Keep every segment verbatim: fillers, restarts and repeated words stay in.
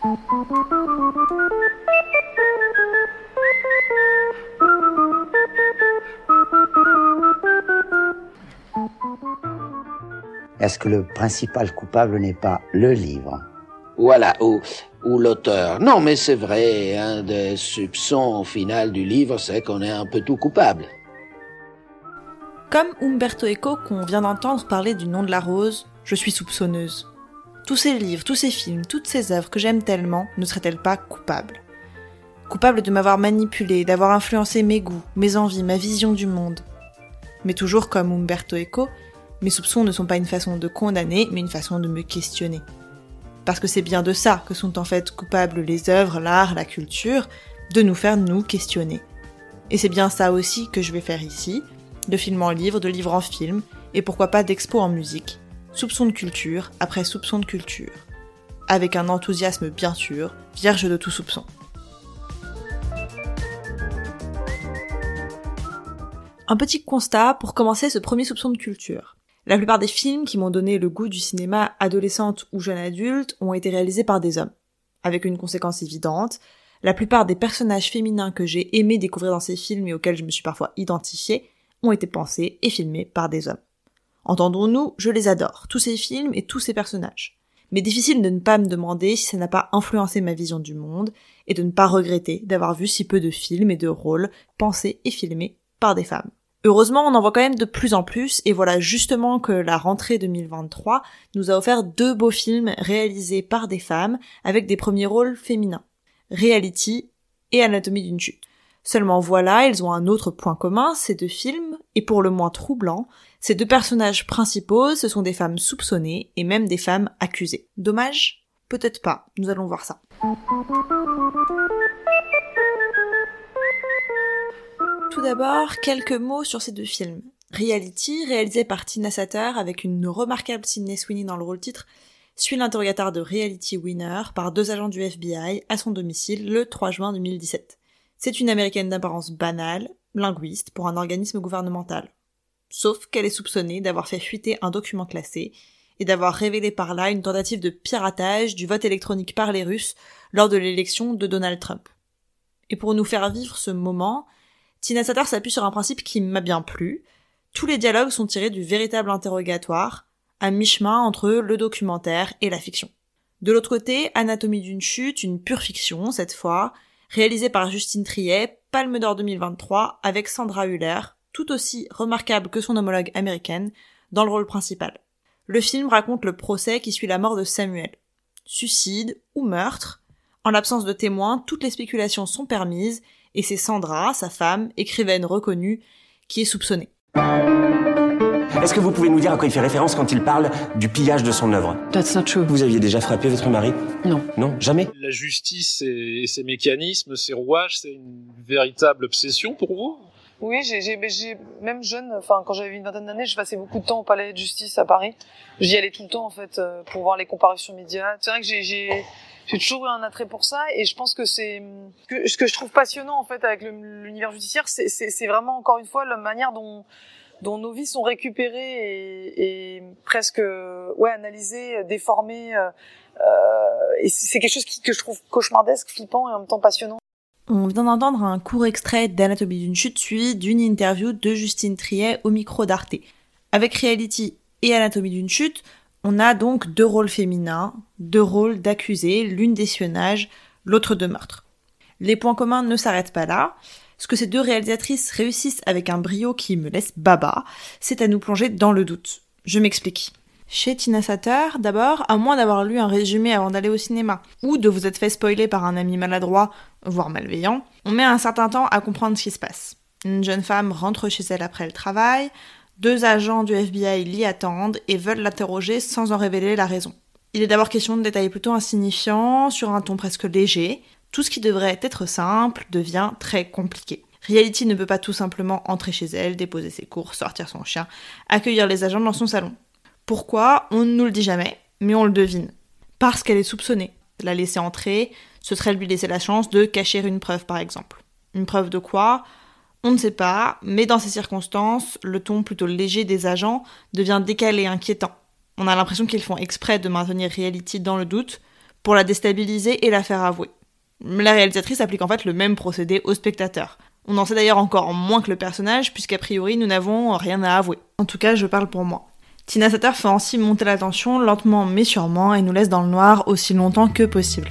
Est-ce que le principal coupable n'est pas le livre ? Voilà, ou, ou l'auteur. Non, mais c'est vrai, un des soupçons au final du livre, c'est qu'on est un peu tout coupable. Comme Umberto Eco qu'on vient d'entendre parler du Nom de la rose, je suis soupçonneuse. Tous ces livres, tous ces films, toutes ces œuvres que j'aime tellement ne seraient-elles pas coupables ? Coupables de m'avoir manipulée, d'avoir influencé mes goûts, mes envies, ma vision du monde. Mais toujours comme Umberto Eco, mes soupçons ne sont pas une façon de condamner, mais une façon de me questionner. Parce que c'est bien de ça que sont en fait coupables les œuvres, l'art, la culture, de nous faire nous questionner. Et c'est bien ça aussi que je vais faire ici, de film en livre, de livre en film, et pourquoi pas d'expo en musique. Soupçon de culture après soupçon de culture. Avec un enthousiasme bien sûr, vierge de tout soupçon. Un petit constat pour commencer ce premier soupçon de culture. La plupart des films qui m'ont donné le goût du cinéma adolescente ou jeune adulte ont été réalisés par des hommes. Avec une conséquence évidente, la plupart des personnages féminins que j'ai aimé découvrir dans ces films et auxquels je me suis parfois identifiée ont été pensés et filmés par des hommes. Entendons-nous, je les adore, tous ces films et tous ces personnages. Mais difficile de ne pas me demander si ça n'a pas influencé ma vision du monde et de ne pas regretter d'avoir vu si peu de films et de rôles pensés et filmés par des femmes. Heureusement, on en voit quand même de plus en plus, et voilà justement que la rentrée deux mille vingt-trois nous a offert deux beaux films réalisés par des femmes avec des premiers rôles féminins. Reality et Anatomie d'une chute. Seulement voilà, ils ont un autre point commun, ces deux films, et pour le moins troublant, ces deux personnages principaux, ce sont des femmes soupçonnées et même des femmes accusées. Dommage ? Peut-être pas, nous allons voir ça. Tout d'abord, quelques mots sur ces deux films. Reality, réalisé par Tina Satter avec une remarquable Sydney Sweeney dans le rôle titre, suit l'interrogatoire de Reality Winner par deux agents du F B I à son domicile le trois juin deux mille dix-sept. C'est une américaine d'apparence banale, linguiste pour un organisme gouvernemental. Sauf qu'elle est soupçonnée d'avoir fait fuiter un document classé et d'avoir révélé par là une tentative de piratage du vote électronique par les Russes lors de l'élection de Donald Trump. Et pour nous faire vivre ce moment, Tina Satter s'appuie sur un principe qui m'a bien plu. Tous les dialogues sont tirés du véritable interrogatoire, à mi-chemin entre le documentaire et la fiction. De l'autre côté, Anatomie d'une chute, une pure fiction, cette fois, réalisée par Justine Triet, Palme d'Or deux mille vingt-trois, avec Sandra Hüller, tout aussi remarquable que son homologue américaine, dans le rôle principal. Le film raconte le procès qui suit la mort de Samuel. Suicide ou meurtre, en l'absence de témoins, toutes les spéculations sont permises, et c'est Sandra, sa femme, écrivaine reconnue, qui est soupçonnée. Est-ce que vous pouvez nous dire à quoi il fait référence quand il parle du pillage de son œuvre ? That's not true. Vous aviez déjà frappé votre mari ? Non. Non, jamais ? La justice et, et ses mécanismes, ses rouages, c'est une véritable obsession pour vous ? Oui, j'ai, j'ai, j'ai même jeune, enfin quand j'avais une vingtaine d'années, je passais beaucoup de temps au palais de justice à Paris. J'y allais tout le temps en fait pour voir les comparutions médias. C'est vrai que j'ai, j'ai, j'ai toujours eu un attrait pour ça et je pense que c'est que, ce que je trouve passionnant en fait avec le, l'univers judiciaire, c'est, c'est, c'est vraiment encore une fois la manière dont dont nos vies sont récupérées et, et presque ouais analysées, déformées. Euh, et c'est quelque chose qui, que je trouve cauchemardesque, flippant et en même temps passionnant. On vient d'entendre un court extrait d'Anatomie d'une chute suivi d'une interview de Justine Triet au micro d'Arte. Avec Reality et Anatomie d'une chute, on a donc deux rôles féminins, deux rôles d'accusés, l'une d'espionnage, l'autre de meurtre. Les points communs ne s'arrêtent pas là. Ce que ces deux réalisatrices réussissent avec un brio qui me laisse baba, c'est à nous plonger dans le doute. Je m'explique. Chez Tina Satter, d'abord, à moins d'avoir lu un résumé avant d'aller au cinéma, ou de vous être fait spoiler par un ami maladroit, voire malveillant, on met un certain temps à comprendre ce qui se passe. Une jeune femme rentre chez elle après le travail, deux agents du F B I l'y attendent et veulent l'interroger sans en révéler la raison. Il est d'abord question de détails plutôt insignifiants, sur un ton presque léger. Tout ce qui devrait être simple devient très compliqué. Reality ne peut pas tout simplement entrer chez elle, déposer ses courses, sortir son chien, accueillir les agents dans son salon. Pourquoi ? On ne nous le dit jamais, mais on le devine. Parce qu'elle est soupçonnée. La laisser entrer, ce serait lui laisser la chance de cacher une preuve, par exemple. Une preuve de quoi ? On ne sait pas, mais dans ces circonstances, le ton plutôt léger des agents devient décalé, inquiétant. On a l'impression qu'ils font exprès de maintenir Reality dans le doute pour la déstabiliser et la faire avouer. La réalisatrice applique en fait le même procédé au spectateur. On en sait d'ailleurs encore moins que le personnage, puisqu'a priori nous n'avons rien à avouer. En tout cas, je parle pour moi. Tina Satter fait ainsi monter la tension lentement mais sûrement et nous laisse dans le noir aussi longtemps que possible.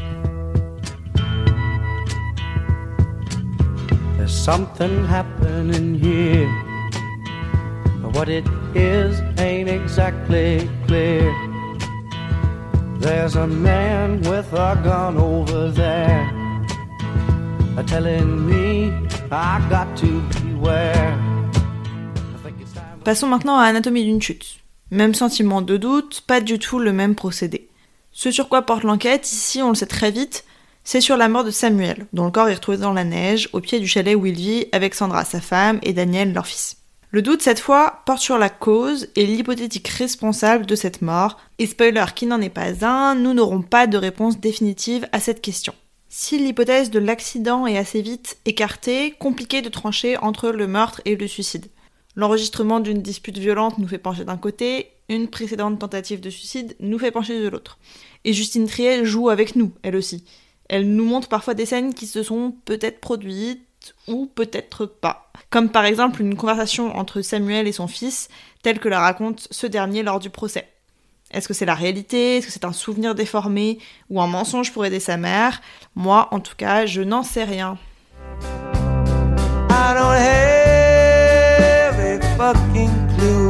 There's something happening here, but what it is ain't exactly clear. There's a man with a gun over there, telling me I got to beware. Passons maintenant à Anatomie d'une chute. Même sentiment de doute, pas du tout le même procédé. Ce sur quoi porte l'enquête, ici on le sait très vite, c'est sur la mort de Samuel, dont le corps est retrouvé dans la neige, au pied du chalet où il vit avec Sandra, sa femme, et Daniel, leur fils. Le doute, cette fois, porte sur la cause et l'hypothétique responsable de cette mort, et spoiler qui n'en est pas un, nous n'aurons pas de réponse définitive à cette question. Si l'hypothèse de l'accident est assez vite écartée, compliqué de trancher entre le meurtre et le suicide. L'enregistrement d'une dispute violente nous fait pencher d'un côté, une précédente tentative de suicide nous fait pencher de l'autre. Et Justine Triet joue avec nous, elle aussi. Elle nous montre parfois des scènes qui se sont peut-être produites, ou peut-être pas. Comme par exemple une conversation entre Samuel et son fils, telle que la raconte ce dernier lors du procès. Est-ce que c'est la réalité ? Est-ce que c'est un souvenir déformé ? Ou un mensonge pour aider sa mère ? Moi, en tout cas, je n'en sais rien. I don't have a fucking clue.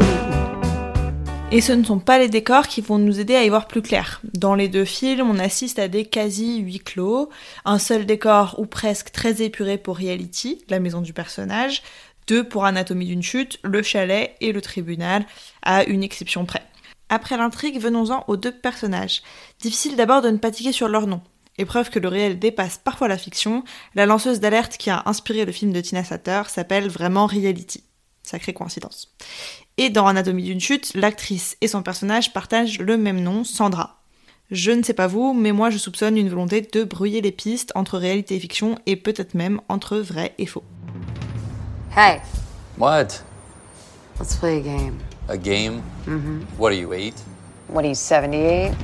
Et ce ne sont pas les décors qui vont nous aider à y voir plus clair. Dans les deux films, on assiste à des quasi huis clos, un seul décor ou presque très épuré pour Reality, la maison du personnage, deux pour Anatomie d'une chute, le chalet et le tribunal, à une exception près. Après l'intrigue, venons-en aux deux personnages. Difficile d'abord de ne pas tiquer sur leur nom. Épreuve que le réel dépasse parfois la fiction, la lanceuse d'alerte qui a inspiré le film de Tina Satter s'appelle vraiment Reality. Sacrée coïncidence. Et dans Anatomie d'une chute, l'actrice et son personnage partagent le même nom, Sandra. Je ne sais pas vous, mais moi je soupçonne une volonté de brouiller les pistes entre réalité et fiction, et peut-être même entre vrai et faux. Hey. What? Let's play a game. A game? Mm-hmm. What are you, eight? What are you, seventy-eight?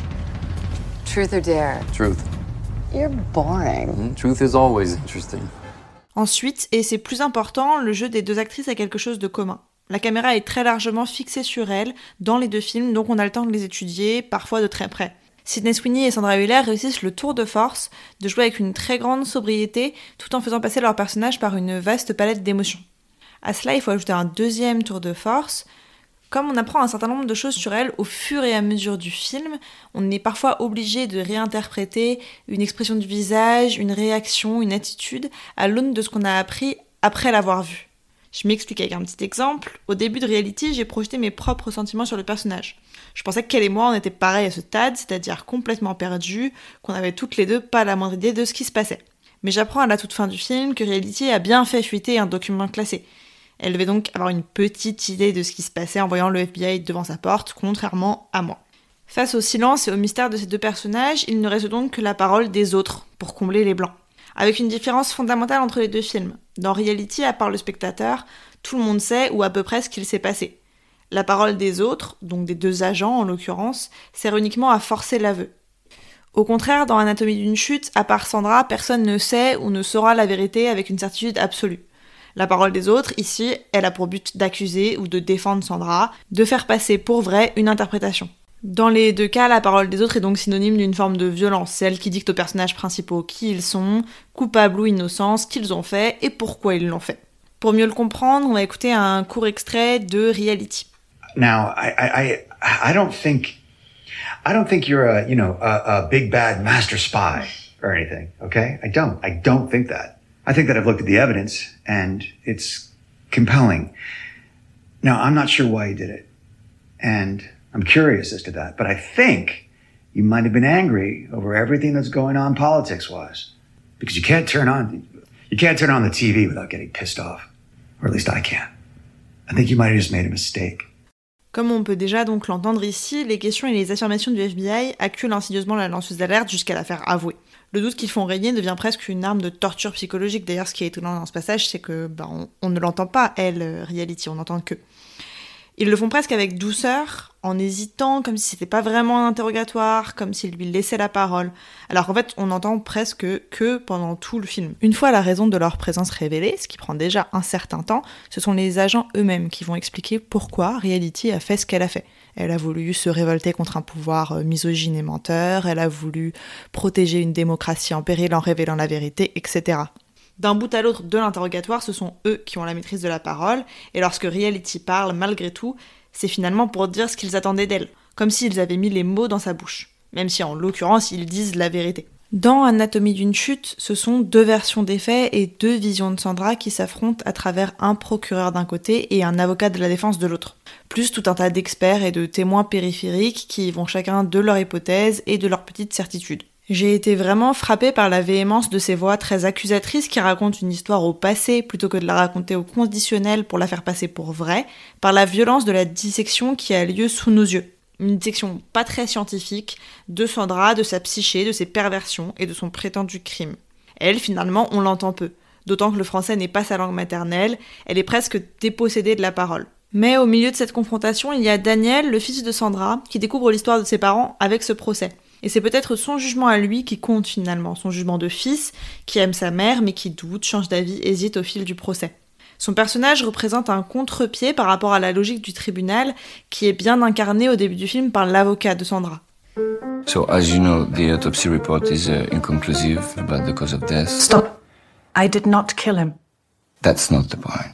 Truth or dare? Truth. You're boring. Mm-hmm. Truth is always interesting. Ensuite, et c'est plus important, le jeu des deux actrices a quelque chose de commun. La caméra est très largement fixée sur elles dans les deux films, donc on a le temps de les étudier, parfois de très près. Sydney Sweeney et Sandra Hüller réussissent le tour de force de jouer avec une très grande sobriété, tout en faisant passer leur personnage par une vaste palette d'émotions. À cela, il faut ajouter un deuxième tour de force. Comme on apprend un certain nombre de choses sur elles au fur et à mesure du film, on est parfois obligé de réinterpréter une expression du visage, une réaction, une attitude, à l'aune de ce qu'on a appris après l'avoir vu. Je m'explique avec un petit exemple. Au début de Reality, j'ai projeté mes propres sentiments sur le personnage. Je pensais qu'elle et moi, on était pareils à ce stade, c'est-à-dire complètement perdus, qu'on avait toutes les deux pas la moindre idée de ce qui se passait. Mais j'apprends à la toute fin du film que Reality a bien fait fuiter un document classé. Elle devait donc avoir une petite idée de ce qui se passait en voyant le F B I devant sa porte, contrairement à moi. Face au silence et au mystère de ces deux personnages, il ne reste donc que la parole des autres pour combler les blancs. Avec une différence fondamentale entre les deux films. Dans Reality, à part le spectateur, tout le monde sait ou à peu près ce qu'il s'est passé. La parole des autres, donc des deux agents en l'occurrence, sert uniquement à forcer l'aveu. Au contraire, dans Anatomie d'une chute, à part Sandra, personne ne sait ou ne saura la vérité avec une certitude absolue. La parole des autres, ici, elle a pour but d'accuser ou de défendre Sandra, de faire passer pour vrai une interprétation. Dans les deux cas, la parole des autres est donc synonyme d'une forme de violence, celle qui dicte aux personnages principaux qui ils sont, coupables ou innocents, ce qu'ils ont fait et pourquoi ils l'ont fait. Pour mieux le comprendre, on va écouter un court extrait de Reality. Now, I, I, I don't think, I don't think you're a, you know, a, a big bad master spy or anything, okay? I don't. I don't think that. I think that I've looked at the evidence and it's compelling. Now, I'm not sure why you did it. And I'm curious as to that, but I think you might have been angry over everything that's going on politics-wise, because you can't turn on, you can't turn on the T V without getting pissed off, or at least I can't. I think you might have just made a mistake. Comme on peut déjà donc l'entendre ici, les questions et les affirmations du F B I acculent insidieusement la lanceuse d'alerte jusqu'à la faire avouer. Le doute qu'ils font régner devient presque une arme de torture psychologique. D'ailleurs, ce qui est étonnant dans ce passage, c'est que bah, on, on ne l'entend pas, elle, Reality, on n'entend que. Ils le font presque avec douceur, en hésitant, comme si c'était pas vraiment un interrogatoire, comme s'ils lui laissaient la parole. Alors qu'en fait, on n'entend presque que pendant tout le film. Une fois la raison de leur présence révélée, ce qui prend déjà un certain temps, ce sont les agents eux-mêmes qui vont expliquer pourquoi Reality a fait ce qu'elle a fait. Elle a voulu se révolter contre un pouvoir misogyne et menteur, elle a voulu protéger une démocratie en péril en révélant la vérité, et cetera. D'un bout à l'autre de l'interrogatoire, ce sont eux qui ont la maîtrise de la parole, et lorsque Reality parle, malgré tout, c'est finalement pour dire ce qu'ils attendaient d'elle, comme s'ils avaient mis les mots dans sa bouche, même si en l'occurrence ils disent la vérité. Dans Anatomie d'une chute, ce sont deux versions des faits et deux visions de Sandra qui s'affrontent à travers un procureur d'un côté et un avocat de la défense de l'autre, plus tout un tas d'experts et de témoins périphériques qui vont chacun de leur hypothèse et de leur petite certitude. J'ai été vraiment frappée par la véhémence de ces voix très accusatrices qui racontent une histoire au passé plutôt que de la raconter au conditionnel pour la faire passer pour vraie, par la violence de la dissection qui a lieu sous nos yeux. Une dissection pas très scientifique de Sandra, de sa psyché, de ses perversions et de son prétendu crime. Elle, finalement, on l'entend peu, d'autant que le français n'est pas sa langue maternelle, elle est presque dépossédée de la parole. Mais au milieu de cette confrontation, il y a Daniel, le fils de Sandra, qui découvre l'histoire de ses parents avec ce procès. Et c'est peut-être son jugement à lui qui compte finalement, son jugement de fils, qui aime sa mère mais qui doute, change d'avis, hésite au fil du procès. Son personnage représente un contre-pied par rapport à la logique du tribunal qui est bien incarné au début du film par l'avocat de Sandra. So, as you know, the autopsy report is uh, inconclusive about the cause of death. Stop. I did not kill him. That's not the point.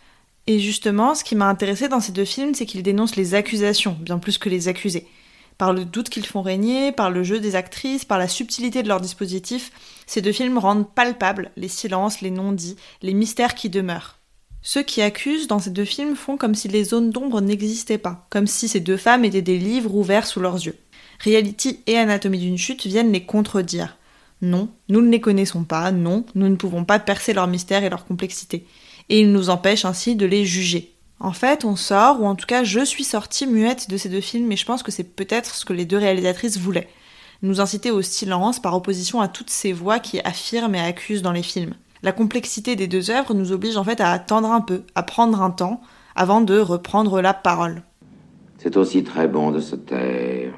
Et justement, ce qui m'a intéressé dans ces deux films, c'est qu'ils dénoncent les accusations, bien plus que les accusés. Par le doute qu'ils font régner, par le jeu des actrices, par la subtilité de leur dispositif, ces deux films rendent palpables les silences, les non-dits, les mystères qui demeurent. Ceux qui accusent dans ces deux films font comme si les zones d'ombre n'existaient pas, comme si ces deux femmes étaient des livres ouverts sous leurs yeux. Reality et Anatomie d'une chute viennent les contredire. Non, nous ne les connaissons pas, non, nous ne pouvons pas percer leur mystère et leur complexité. Et ils nous empêchent ainsi de les juger. En fait, on sort, ou en tout cas je suis sortie muette de ces deux films, et je pense que c'est peut-être ce que les deux réalisatrices voulaient. Nous inciter au silence par opposition à toutes ces voix qui affirment et accusent dans les films. La complexité des deux œuvres nous oblige en fait à attendre un peu, à prendre un temps, avant de reprendre la parole. C'est aussi très bon de se taire.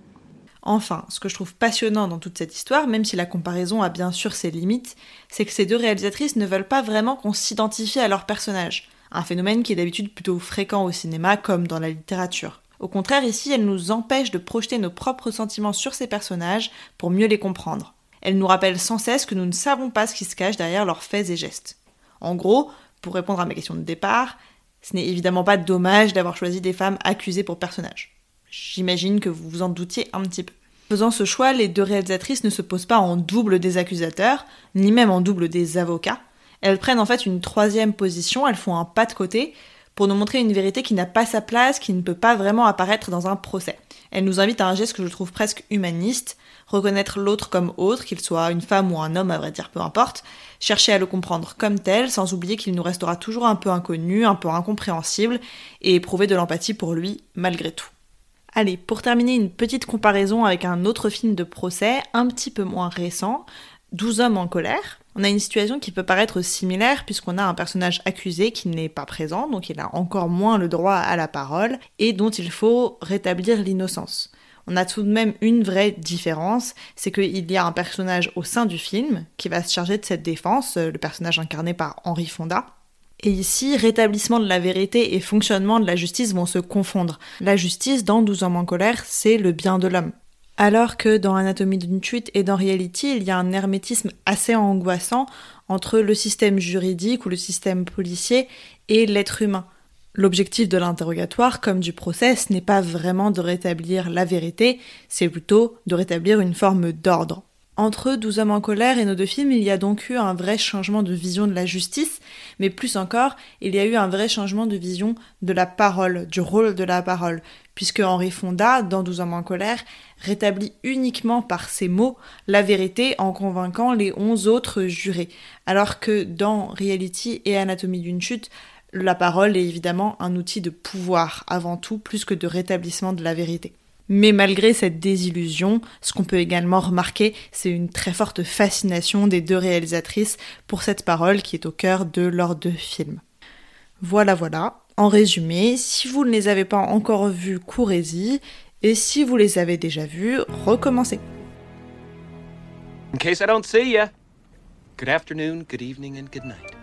Enfin, ce que je trouve passionnant dans toute cette histoire, même si la comparaison a bien sûr ses limites, c'est que ces deux réalisatrices ne veulent pas vraiment qu'on s'identifie à leurs personnages. Un phénomène qui est d'habitude plutôt fréquent au cinéma comme dans la littérature. Au contraire, ici, elles nous empêchent de projeter nos propres sentiments sur ces personnages pour mieux les comprendre. Elles nous rappellent sans cesse que nous ne savons pas ce qui se cache derrière leurs faits et gestes. En gros, pour répondre à ma question de départ, ce n'est évidemment pas dommage d'avoir choisi des femmes accusées pour personnages. J'imagine que vous vous en doutiez un petit peu. Faisant ce choix, les deux réalisatrices ne se posent pas en double des accusateurs, ni même en double des avocats. Elles prennent en fait une troisième position, elles font un pas de côté pour nous montrer une vérité qui n'a pas sa place, qui ne peut pas vraiment apparaître dans un procès. Elles nous invitent à un geste que je trouve presque humaniste, reconnaître l'autre comme autre, qu'il soit une femme ou un homme, à vrai dire, peu importe, chercher à le comprendre comme tel, sans oublier qu'il nous restera toujours un peu inconnu, un peu incompréhensible, et éprouver de l'empathie pour lui, malgré tout. Allez, pour terminer, une petite comparaison avec un autre film de procès, un petit peu moins récent, douze hommes en colère. On a une situation qui peut paraître similaire puisqu'on a un personnage accusé qui n'est pas présent, donc il a encore moins le droit à la parole, et dont il faut rétablir l'innocence. On a tout de même une vraie différence, c'est qu'il y a un personnage au sein du film qui va se charger de cette défense, le personnage incarné par Henry Fonda. Et ici, rétablissement de la vérité et fonctionnement de la justice vont se confondre. La justice, dans douze hommes en colère, c'est le bien de l'homme. Alors que dans Anatomie d'une chute et dans Reality, il y a un hermétisme assez angoissant entre le système juridique ou le système policier et l'être humain. L'objectif de l'interrogatoire, comme du procès, ce n'est pas vraiment de rétablir la vérité, c'est plutôt de rétablir une forme d'ordre. Entre douze hommes en colère et nos deux films, il y a donc eu un vrai changement de vision de la justice, mais plus encore, il y a eu un vrai changement de vision de la parole, du rôle de la parole, puisque Henry Fonda, dans douze hommes en colère, rétablit uniquement par ses mots la vérité en convainquant les onze autres jurés, alors que dans Reality et Anatomie d'une chute, la parole est évidemment un outil de pouvoir avant tout, plus que de rétablissement de la vérité. Mais malgré cette désillusion, ce qu'on peut également remarquer, c'est une très forte fascination des deux réalisatrices pour cette parole qui est au cœur de leurs deux films. Voilà, voilà, En résumé, si vous ne les avez pas encore vus, courez-y, et si vous les avez déjà vus, recommencez. In case I don't see ya, good afternoon, good evening, and good night.